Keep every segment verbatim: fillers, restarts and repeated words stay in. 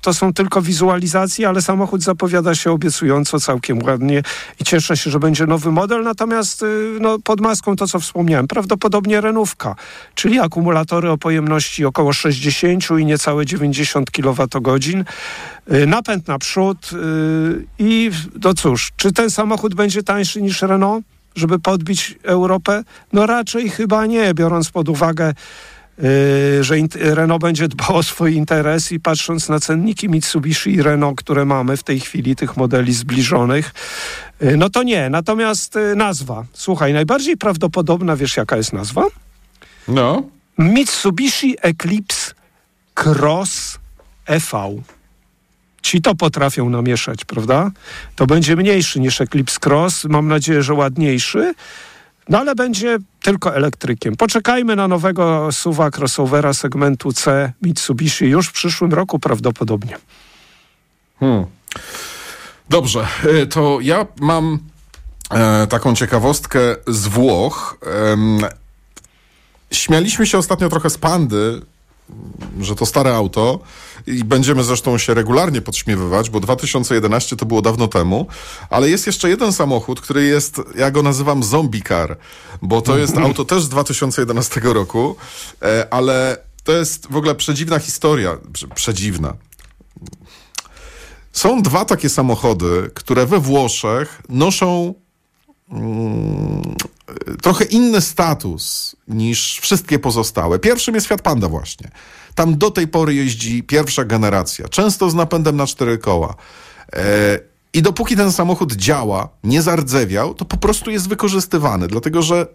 to są tylko wizualizacje, ale samochód zapowiada się obiecująco, całkiem ładnie i cieszę się, że będzie nowy model, natomiast no, pod maską to, co wspomniałem, prawdopodobnie renówka, czyli akumulatory o pojemności około sześćdziesiąt i niecałe dziewięćdziesiąt kilowatogodzin, napęd naprzód i no cóż, czy ten samochód będzie tańszy niż Renault, żeby podbić Europę? No raczej chyba nie, biorąc pod uwagę, Yy, że int- Renault będzie dbał o swój interes i patrząc na cenniki Mitsubishi i Renault, które mamy w tej chwili, tych modeli zbliżonych, yy, no to nie. Natomiast yy, nazwa. Słuchaj, najbardziej prawdopodobna, wiesz jaka jest nazwa? No. Mitsubishi Eclipse Cross E V. Ci to potrafią namieszać, prawda? To będzie mniejszy niż Eclipse Cross. Mam nadzieję, że ładniejszy. No ale będzie tylko elektrykiem. Poczekajmy na nowego S U V-a crossovera segmentu C Mitsubishi już w przyszłym roku prawdopodobnie. Hmm. Dobrze, to ja mam e, taką ciekawostkę z Włoch. E, śmialiśmy się ostatnio trochę z Pandy, że to stare auto i będziemy zresztą się regularnie podśmiewywać, bo dwa tysiące jedenasty to było dawno temu, ale jest jeszcze jeden samochód, który jest, ja go nazywam zombie car, bo to jest auto też z dwa tysiące jedenastego roku, ale to jest w ogóle przedziwna historia, przedziwna. Są dwa takie samochody, które we Włoszech noszą mm, trochę inny status niż wszystkie pozostałe. Pierwszym jest Fiat Panda właśnie. Tam do tej pory jeździ pierwsza generacja, często z napędem na cztery koła. E, I dopóki ten samochód działa, nie zardzewiał, to po prostu jest wykorzystywany, dlatego że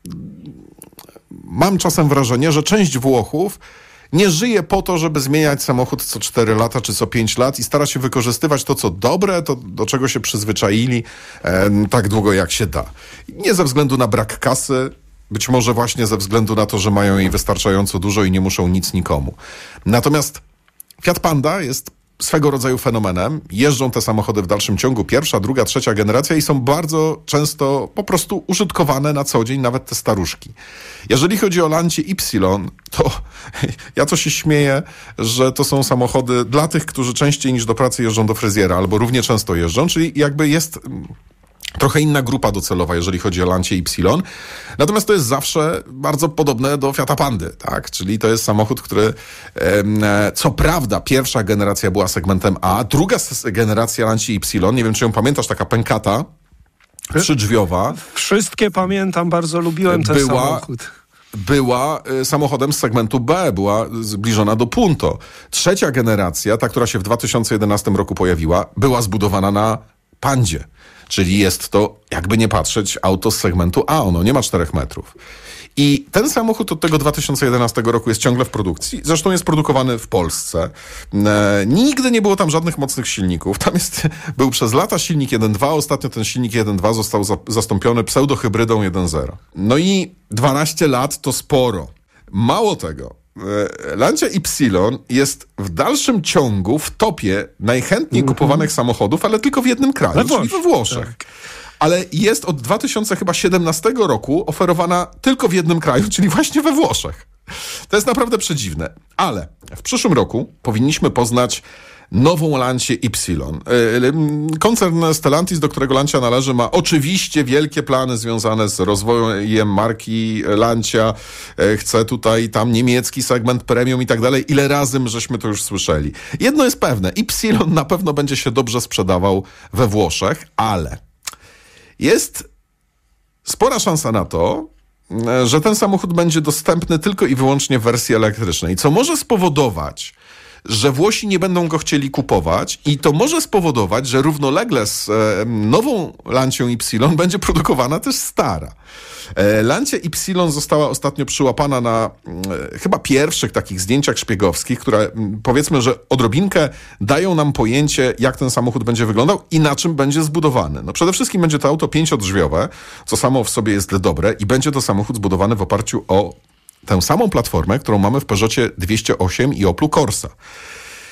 mam czasem wrażenie, że część Włochów nie żyje po to, żeby zmieniać samochód co cztery lata czy co pięć lat i stara się wykorzystywać to, co dobre, to do czego się przyzwyczaili e, tak długo jak się da. Nie ze względu na brak kasy, być może właśnie ze względu na to, że mają jej wystarczająco dużo i nie muszą nic nikomu. Natomiast Fiat Panda jest swego rodzaju fenomenem. Jeżdżą te samochody w dalszym ciągu pierwsza, druga, trzecia generacja i są bardzo często po prostu użytkowane na co dzień, nawet te staruszki. Jeżeli chodzi o Lancia Y, to ja to się śmieję, że to są samochody dla tych, którzy częściej niż do pracy jeżdżą do fryzjera albo równie często jeżdżą, czyli jakby jest trochę inna grupa docelowa, jeżeli chodzi o Lancia Y. Natomiast to jest zawsze bardzo podobne do Fiata Pandy, tak? Czyli to jest samochód, który e, co prawda pierwsza generacja była segmentem A, druga generacja Lancia Y, nie wiem, czy ją pamiętasz, taka pękata, trzydrzwiowa. Wszystkie pamiętam, bardzo lubiłem ten była, samochód. Była y, samochodem z segmentu B, była zbliżona do Punto. Trzecia generacja, ta, która się w dwa tysiące jedenastym roku pojawiła, była zbudowana na Pandzie. Czyli jest to, jakby nie patrzeć, auto z segmentu A, ono nie ma czterech metrów. I ten samochód od tego dwa tysiące jedenastego roku jest ciągle w produkcji. Zresztą jest produkowany w Polsce. E, nigdy nie było tam żadnych mocnych silników. Tam jest, był przez lata silnik jeden dwa, ostatnio ten silnik jeden dwa został za, zastąpiony pseudohybrydą jeden zero. No i dwanaście lat to sporo. Mało tego, e, Lancia Y jest w dalszym ciągu w topie najchętniej mm-hmm. kupowanych samochodów, ale tylko w jednym kraju, we czyli we Włoszech. Tak. Ale jest od dwa tysiące siedemnastego roku oferowana tylko w jednym kraju, czyli właśnie we Włoszech. To jest naprawdę przedziwne. Ale w przyszłym roku powinniśmy poznać nową Lancię Y. Koncern Stellantis, do którego Lancia należy, ma oczywiście wielkie plany związane z rozwojem marki Lancia. Chce tutaj tam niemiecki segment premium i tak dalej. Ile razy żeśmy to już słyszeli. Jedno jest pewne, Y na pewno będzie się dobrze sprzedawał we Włoszech, ale jest spora szansa na to, że ten samochód będzie dostępny tylko i wyłącznie w wersji elektrycznej, co może spowodować, że Włosi nie będą go chcieli kupować i to może spowodować, że równolegle z e, nową Lancią Y będzie produkowana też stara. E, Lancia Y została ostatnio przyłapana na e, chyba pierwszych takich zdjęciach szpiegowskich, które m, powiedzmy, że odrobinkę dają nam pojęcie, jak ten samochód będzie wyglądał i na czym będzie zbudowany. No przede wszystkim będzie to auto pięciodrzwiowe, co samo w sobie jest dobre i będzie to samochód zbudowany w oparciu o tę samą platformę, którą mamy w Peugeotie dwieście osiem i Oplu Corsa.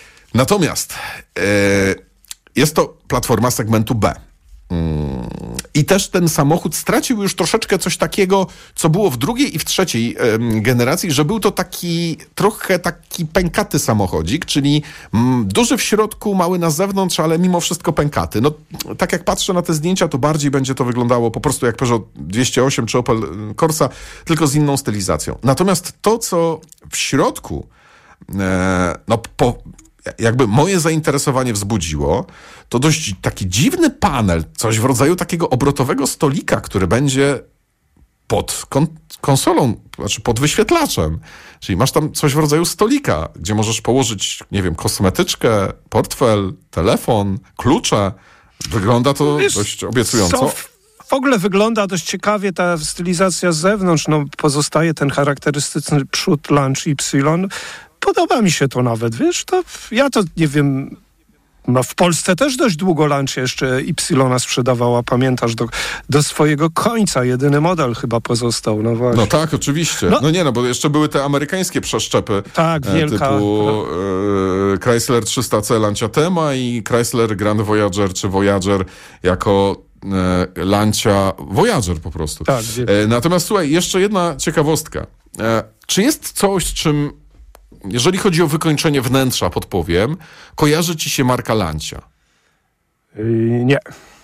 Natomiast e, jest to platforma segmentu B. I też ten samochód stracił już troszeczkę coś takiego, co było w drugiej i w trzeciej em, generacji, że był to taki trochę taki pękaty samochodzik, czyli mm, duży w środku, mały na zewnątrz, ale mimo wszystko pękaty. No, tak jak patrzę na te zdjęcia, to bardziej będzie to wyglądało po prostu jak Peugeot dwieście osiem czy Opel Corsa, tylko z inną stylizacją. Natomiast to, co w środku, e, no po, jakby moje zainteresowanie wzbudziło, to dość taki dziwny panel, coś w rodzaju takiego obrotowego stolika, który będzie pod kon- konsolą, znaczy pod wyświetlaczem. Czyli masz tam coś w rodzaju stolika, gdzie możesz położyć, nie wiem, kosmetyczkę, portfel, telefon, klucze. Wygląda to Wiesz, dość obiecująco. Co? W ogóle wygląda dość ciekawie ta stylizacja z zewnątrz. No, pozostaje ten charakterystyczny przód Launch Y. Podoba mi się to nawet, wiesz, to ja to nie wiem... No w Polsce też dość długo Lancia jeszcze Y sprzedawała, pamiętasz, do, do swojego końca. Jedyny model chyba pozostał, no właśnie. No tak, oczywiście. No, no nie, no bo jeszcze były te amerykańskie przeszczepy. Tak, wielka. Typu e, Chrysler trzysta C Lancia Thema i Chrysler Grand Voyager czy Voyager jako e, Lancia Voyager po prostu. Tak, e, natomiast słuchaj, jeszcze jedna ciekawostka. E, czy jest coś, z czym jeżeli chodzi o wykończenie wnętrza, podpowiem, kojarzy ci się marka Lancia? Yy, nie.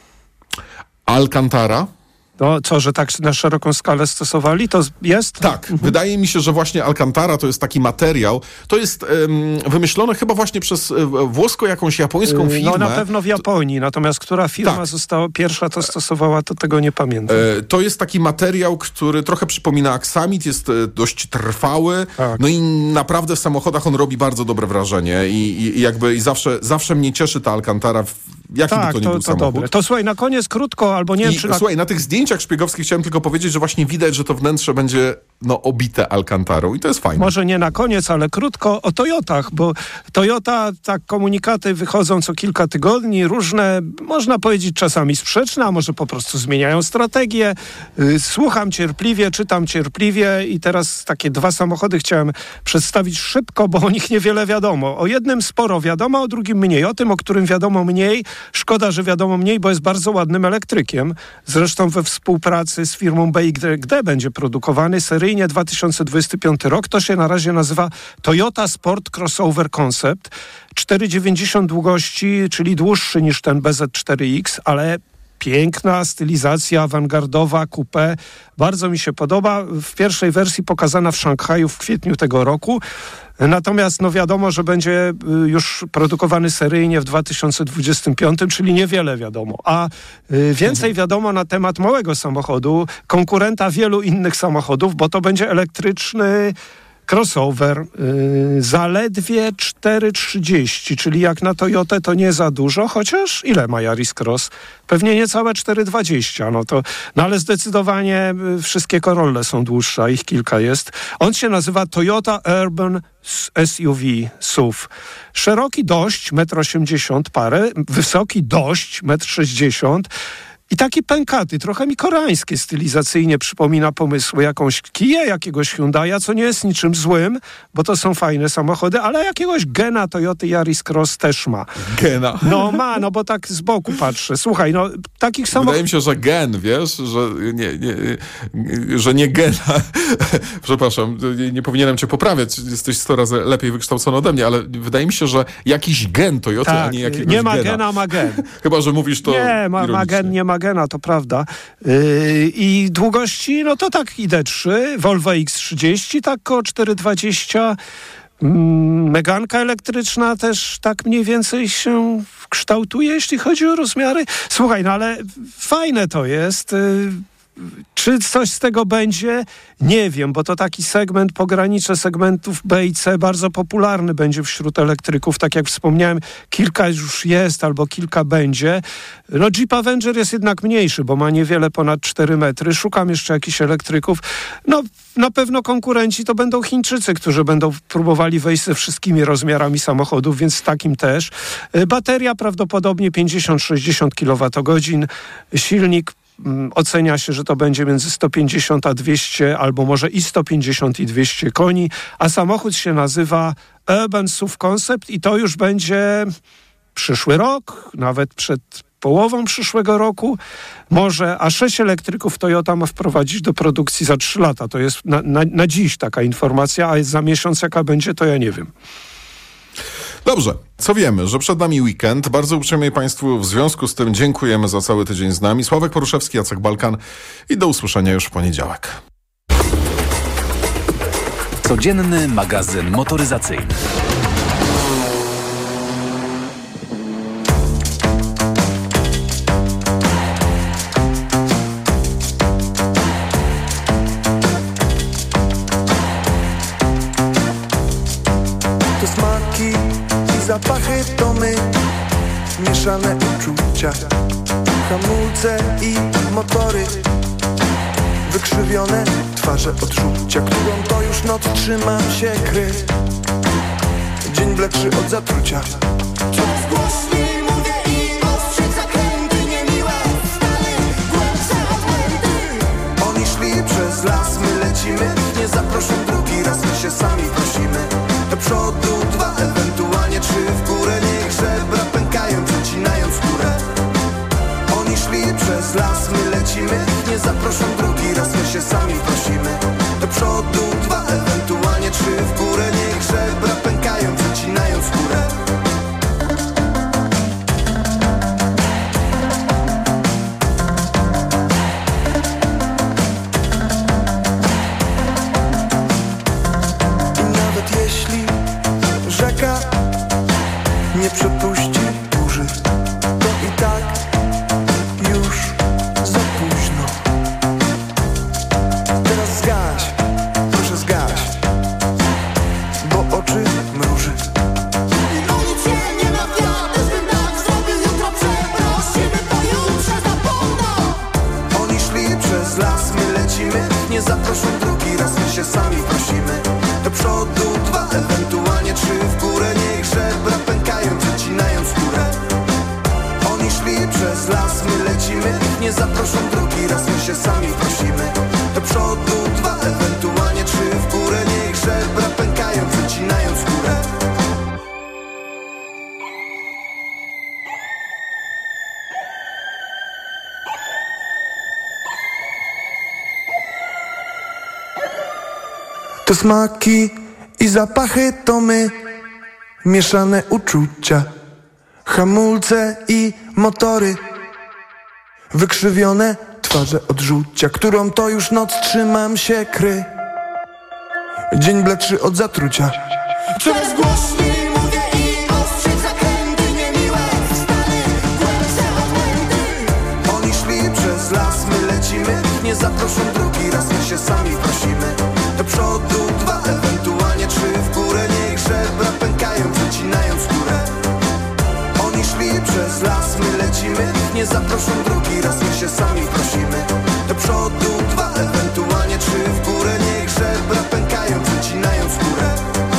Alcantara? No co, że tak na szeroką skalę stosowali? To jest? Tak. Mhm. Wydaje mi się, że właśnie Alcantara to jest taki materiał. To jest um, wymyślone chyba właśnie przez włosko jakąś japońską firmę. No na pewno w Japonii. Natomiast która firma tak. została pierwsza to stosowała, to tego nie pamiętam. E, to jest taki materiał, który trochę przypomina aksamit, jest e, dość trwały. Tak. No i naprawdę w samochodach on robi bardzo dobre wrażenie. I, i, i jakby i zawsze, zawsze mnie cieszy ta Alcantara, jaki tak, by to nie to, był to samochód. Dobre. To słuchaj, na koniec krótko, albo nie wiem, I, czy... Na... Słuchaj, na tych zdjęciach szpiegowskich chciałem tylko powiedzieć, że właśnie widać, że to wnętrze będzie no, obite Alcantarą i to jest fajne. Może nie na koniec, ale krótko o Toyotach, bo Toyota, tak komunikaty wychodzą co kilka tygodni, różne, można powiedzieć czasami sprzeczne, a może po prostu zmieniają strategię. Słucham cierpliwie, czytam cierpliwie i teraz takie dwa samochody chciałem przedstawić szybko, bo o nich niewiele wiadomo. O jednym sporo wiadomo, o drugim mniej. O tym, o którym wiadomo mniej, szkoda, że wiadomo mniej, bo jest bardzo ładnym elektrykiem. Zresztą we współpracy z firmą B Y D będzie produkowany seryjnie dwa tysiące dwudziesty piąty rok. To się na razie nazywa Toyota Sport Crossover Concept. cztery dziewięćdziesiąt długości, czyli dłuższy niż ten B Z cztery X, ale piękna stylizacja awangardowa, coupé. Bardzo mi się podoba. W pierwszej wersji pokazana w Szanghaju w kwietniu tego roku. Natomiast no wiadomo, że będzie już produkowany seryjnie w dwa tysiące dwudziestym piątym, czyli niewiele wiadomo. A y, więcej wiadomo na temat małego samochodu, konkurenta wielu innych samochodów, bo to będzie elektryczny crossover, yy, zaledwie cztery trzydzieści, czyli jak na Toyotę to nie za dużo, chociaż ile ma Yaris Cross? Pewnie niecałe cztery dwadzieścia, no to, no ale zdecydowanie y, wszystkie Corolle są dłuższe, a ich kilka jest. On się nazywa Toyota Urban S U V S U V. Szeroki dość, metr osiemdziesiąt parę, wysoki dość, metr sześćdziesiąt. I taki pękaty, trochę mi koreańskie stylizacyjnie przypomina pomysły jakąś Kiję, jakiegoś Hyundai'a, co nie jest niczym złym, bo to są fajne samochody, ale jakiegoś gena Toyoty Yaris Cross też ma. Gena. No ma, no bo tak z boku patrzę. Słuchaj, no takich samochodów... Wydaje mi się, że gen, wiesz, że nie, nie, że nie gena. Przepraszam, nie, nie powinienem cię poprawiać, jesteś sto razy lepiej wykształcony ode mnie, ale wydaje mi się, że jakiś gen Toyoty, tak, a nie jakiegoś nie ma gena. gena, ma gen. Chyba, że mówisz to Nie, ma, ma gen, nie ma gena, to prawda. Yy, I długości, no to tak I D trzy, Volvo X trzydzieści, tak koło cztery dwadzieścia. Mm, Meganka elektryczna też tak mniej więcej się kształtuje, jeśli chodzi o rozmiary. Słuchaj, no ale fajne to jest. Yy, Czy coś z tego będzie? Nie wiem, bo to taki segment, pogranicze segmentów B i C bardzo popularny będzie wśród elektryków. Tak jak wspomniałem, kilka już jest albo kilka będzie. No Jeep Avenger jest jednak mniejszy, bo ma niewiele ponad cztery metry. Szukam jeszcze jakichś elektryków. No na pewno konkurenci to będą Chińczycy, którzy będą próbowali wejść ze wszystkimi rozmiarami samochodów, więc z takim też. Bateria prawdopodobnie pięćdziesiąt sześćdziesiąt kilowatogodzin. Silnik ocenia się, że to będzie między sto pięćdziesiąt a dwieście, albo może i sto pięćdziesiąt i dwieście koni, a samochód się nazywa Urban S U V Concept i to już będzie przyszły rok, nawet przed połową przyszłego roku. Może, a sześć elektryków Toyota ma wprowadzić do produkcji za trzy lata. To jest na, na, na dziś taka informacja, a za miesiąc jaka będzie, to ja nie wiem. Dobrze, co wiemy? Że przed nami weekend. Bardzo uprzejmie Państwu w związku z tym dziękujemy za cały tydzień z nami. Sławek Poruszewski, Jacek Balkan i do usłyszenia już w poniedziałek. Codzienny magazyn motoryzacyjny. To smaki i zapachy to my, mieszane uczucia, hamulce i motory, wykrzywione twarze odczucia, którą to już noc trzymam się kry. Dzień bledszy od zatrucia. Coraz głośniej mówię i ostrzec zakręty niemiłe, stale głębsze odmęty. Oni szli przez las, my lecimy, nie zaproszą drugi raz, my się sami prosimy. Do przodu dwa, ewentualnie trzy, w górę niech żebra pękają, przecinając skórę. Oni szli przez las, my lecimy, nie zaproszą drugi raz, my się sami prosimy. Do przodu dwa, ewentualnie trzy, w górę niech żebra pękają, przecinając skórę. I nawet jeśli rzeka nie przepuści burzy, to i tak już za późno. Teraz zgaś, proszę zgaś, bo oczy mruży. I o nic się nie martwię, też bym tak zrobił jutro, przeprosimy pojutrze za północ. Oni szli przez las, my lecimy, nie zaproszą drugi raz, my się sami prosimy. Do przodu dwa, ewentualnie trzy, w górę niech żebra pękają, przecinając skórę. Oni szli przez las, my lecimy, nie zaproszą drugi raz, my się sami prosimy. Do przodu dwa, ewentualnie trzy, w górę niech żebra pękają, przecinając skórę. To smaki i zapachy to my, mieszane uczucia, hamulce i motory, wykrzywione twarze odrzucia, którą to już noc trzymam się kry. Dzień bledszy od zatrucia. Coraz głośniej mówię i ostrzec zakręty niemiłe, stale głębsze odmęty. Oni szli przez las, my lecimy, nie zaproszą drugi raz, my się sami prosimy. Do przodu dwa, ewentualnie trzy, w górę niech żebra pękają, przecinając skórę. Oni szli przez las, my lecimy, nie zaproszą drugi raz, my się sami prosimy. Do przodu dwa, ewentualnie trzy, w górę niech żebra pękają, przecinając skórę.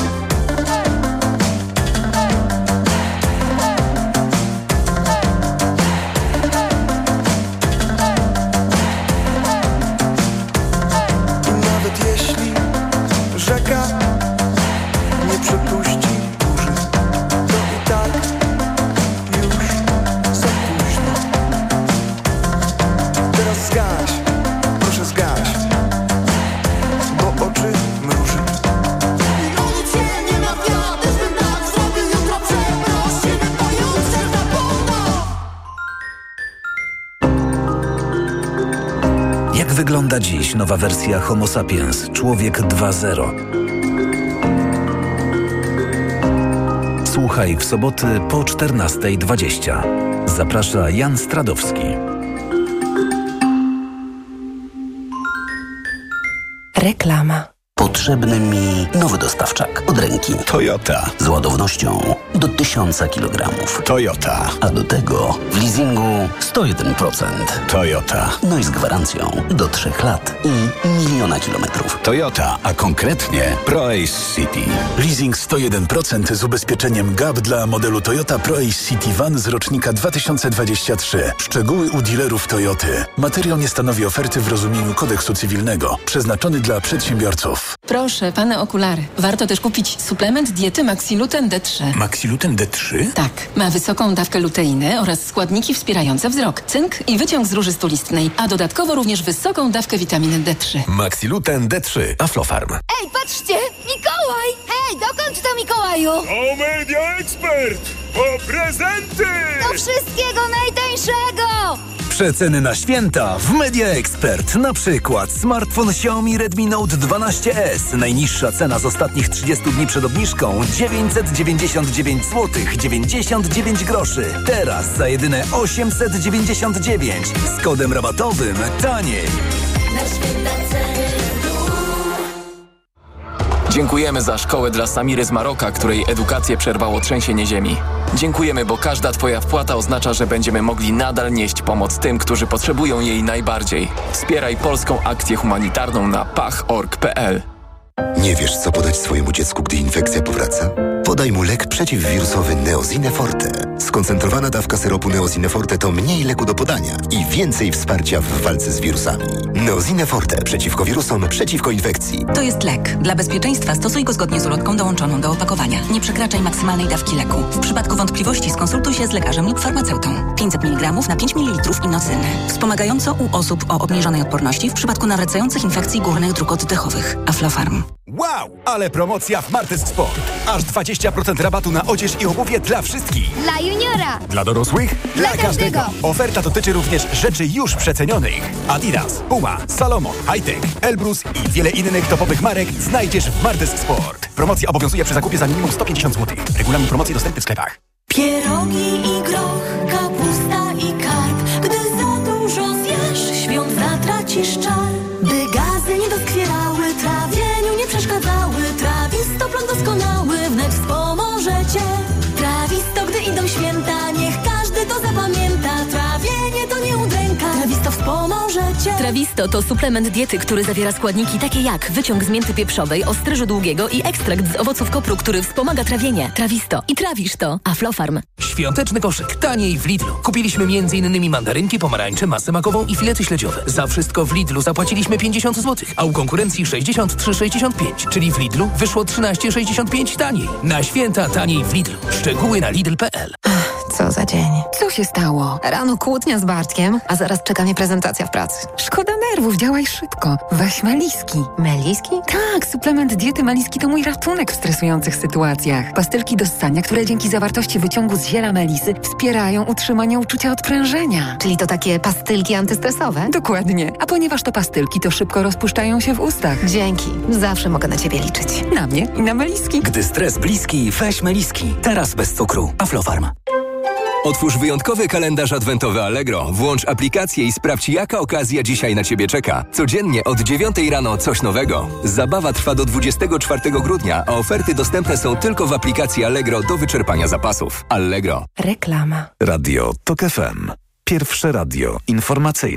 I nawet jeśli rzeka nie przepuści burzy, to i tak już za późno. Teraz zgaś, proszę zgaś, bo oczy mruży. I o nic się nie martwię, też bym tak zrobił jutro, przeprosimy pojutrze za północ. Jak wygląda dziś nowa wersja Homo sapiens, człowiek dwa zero? Słuchaj w soboty po czternasta dwadzieścia. Zaprasza Jan Stradowski. Reklama. Potrzebny mi nowy dostawczak od ręki. Toyota. Z ładownością do tysiąca kilogramów. Toyota. A do tego w leasingu sto jeden procent. Toyota. No i z gwarancją do trzech lat i miliona kilometrów. Toyota, a konkretnie ProAce City. Leasing sto jeden procent z ubezpieczeniem G A P dla modelu Toyota ProAce City Van z rocznika dwa tysiące dwudziestego trzeciego. Szczegóły u dealerów Toyoty. Materiał nie stanowi oferty w rozumieniu kodeksu cywilnego. Przeznaczony dla przedsiębiorców. Proszę, pane okulary. Warto też kupić suplement diety Maxiluten D trzy. Maxiluten D trzy? Tak. Ma wysoką dawkę luteiny oraz składniki wspierające wzrok, cynk i wyciąg z róży stulistnej, a dodatkowo również wysoką dawkę witaminy D trzy. Maxiluten D trzy. Aflofarm. Ej, patrzcie! Mikołaj! Hej, dokąd to, Mikołaju? O Media Expert! Po prezenty! Do wszystkiego najtańszego! Przeceny na święta w Media Expert. Na przykład smartfon Xiaomi Redmi Note dwanaście S. Najniższa cena z ostatnich trzydziestu dni przed obniżką dziewięćset dziewięćdziesiąt dziewięć złotych dziewięćdziesiąt dziewięć groszy. Teraz za jedyne osiemset dziewięćdziesiąt dziewięć z kodem rabatowym taniej. Na święta ceny. Dziękujemy za szkołę dla Samiry z Maroka, której edukację przerwało trzęsienie ziemi. Dziękujemy, bo każda Twoja wpłata oznacza, że będziemy mogli nadal nieść pomoc tym, którzy potrzebują jej najbardziej. Wspieraj polską akcję humanitarną na pach kropka org kropka p l. Nie wiesz, co podać swojemu dziecku, gdy infekcja powraca? Podaj mu lek przeciwwirusowy Neosine Forte. Skoncentrowana dawka syropu Neosine Forte to mniej leku do podania i więcej wsparcia w walce z wirusami. Neosine Forte przeciwko wirusom, przeciwko infekcji. To jest lek. Dla bezpieczeństwa stosuj go zgodnie z ulotką dołączoną do opakowania. Nie przekraczaj maksymalnej dawki leku. W przypadku wątpliwości skonsultuj się z lekarzem lub farmaceutą. pięćset miligramów na pięć mililitrów inocyny. Wspomagająco u osób o obniżonej odporności w przypadku nawracających infekcji górnych dróg oddechowych. Aflofarm. Wow! Ale promocja w Martes Sport. Aż dwadzieścia procent rabatu na odzież i obuwie dla wszystkich. Dla juniora! Dla dorosłych? Dla każdego. Oferta dotyczy również rzeczy już przecenionych. Adidas, Puma, Salomon, Hightech, Elbrus i wiele innych topowych marek znajdziesz w Martes Sport. Promocja obowiązuje przy zakupie za minimum sto pięćdziesiąt złotych. Regulamin promocji dostępny w sklepach. Pierogi i groch, kapusta i karp. Gdy za dużo zjesz, świąt zatracisz czar. By gazy nie doskwierały, trawieniu nie przeszkadzały. Trawisto plan doskonały wnet wspomoże cię. Trawisto, gdy idą święta, niech każdy to zapamięta. Trawienie to nie udręka, Trawisto wspomoże cię. Trawisto to suplement diety, który zawiera składniki takie jak wyciąg z mięty pieprzowej, ostryżu długiego i ekstrakt z owoców kopru, który wspomaga trawienie. Trawisto. I trawisz to. Aflofarm. Świąteczny koszyk. Taniej w Lidlu. Kupiliśmy między innymi mandarynki, pomarańcze, masę makową i filety śledziowe. Za wszystko w Lidlu zapłaciliśmy pięćdziesiąt złotych, a u konkurencji sześćdziesiąt trzy sześćdziesiąt pięć. Czyli w Lidlu wyszło trzynaście sześćdziesiąt pięć taniej. Na święta taniej w Lidlu. Szczegóły na lidl kropka p l. Co za dzień. Co się stało? Rano kłótnia z Bartkiem, a zaraz czeka mnie prezentacja w pracy. Szkoda nerwów, działaj szybko. Weź Meliski. Meliski? Tak, suplement diety Meliski to mój ratunek w stresujących sytuacjach. Pastylki do ssania, które dzięki zawartości wyciągu z ziela melisy wspierają utrzymanie uczucia odprężenia. Czyli to takie pastylki antystresowe? Dokładnie. A ponieważ to pastylki, to szybko rozpuszczają się w ustach. Dzięki. Zawsze mogę na ciebie liczyć. Na mnie i na Meliski. Gdy stres bliski, weź Meliski. Teraz bez cukru. Aflofarm. Otwórz wyjątkowy kalendarz adwentowy Allegro. Włącz aplikację i sprawdź, jaka okazja dzisiaj na Ciebie czeka. Codziennie od dziewiątej rano coś nowego. Zabawa trwa do dwudziestego czwartego grudnia, a oferty dostępne są tylko w aplikacji Allegro do wyczerpania zapasów. Allegro. Reklama. Radio Tok F M. Pierwsze radio informacyjne.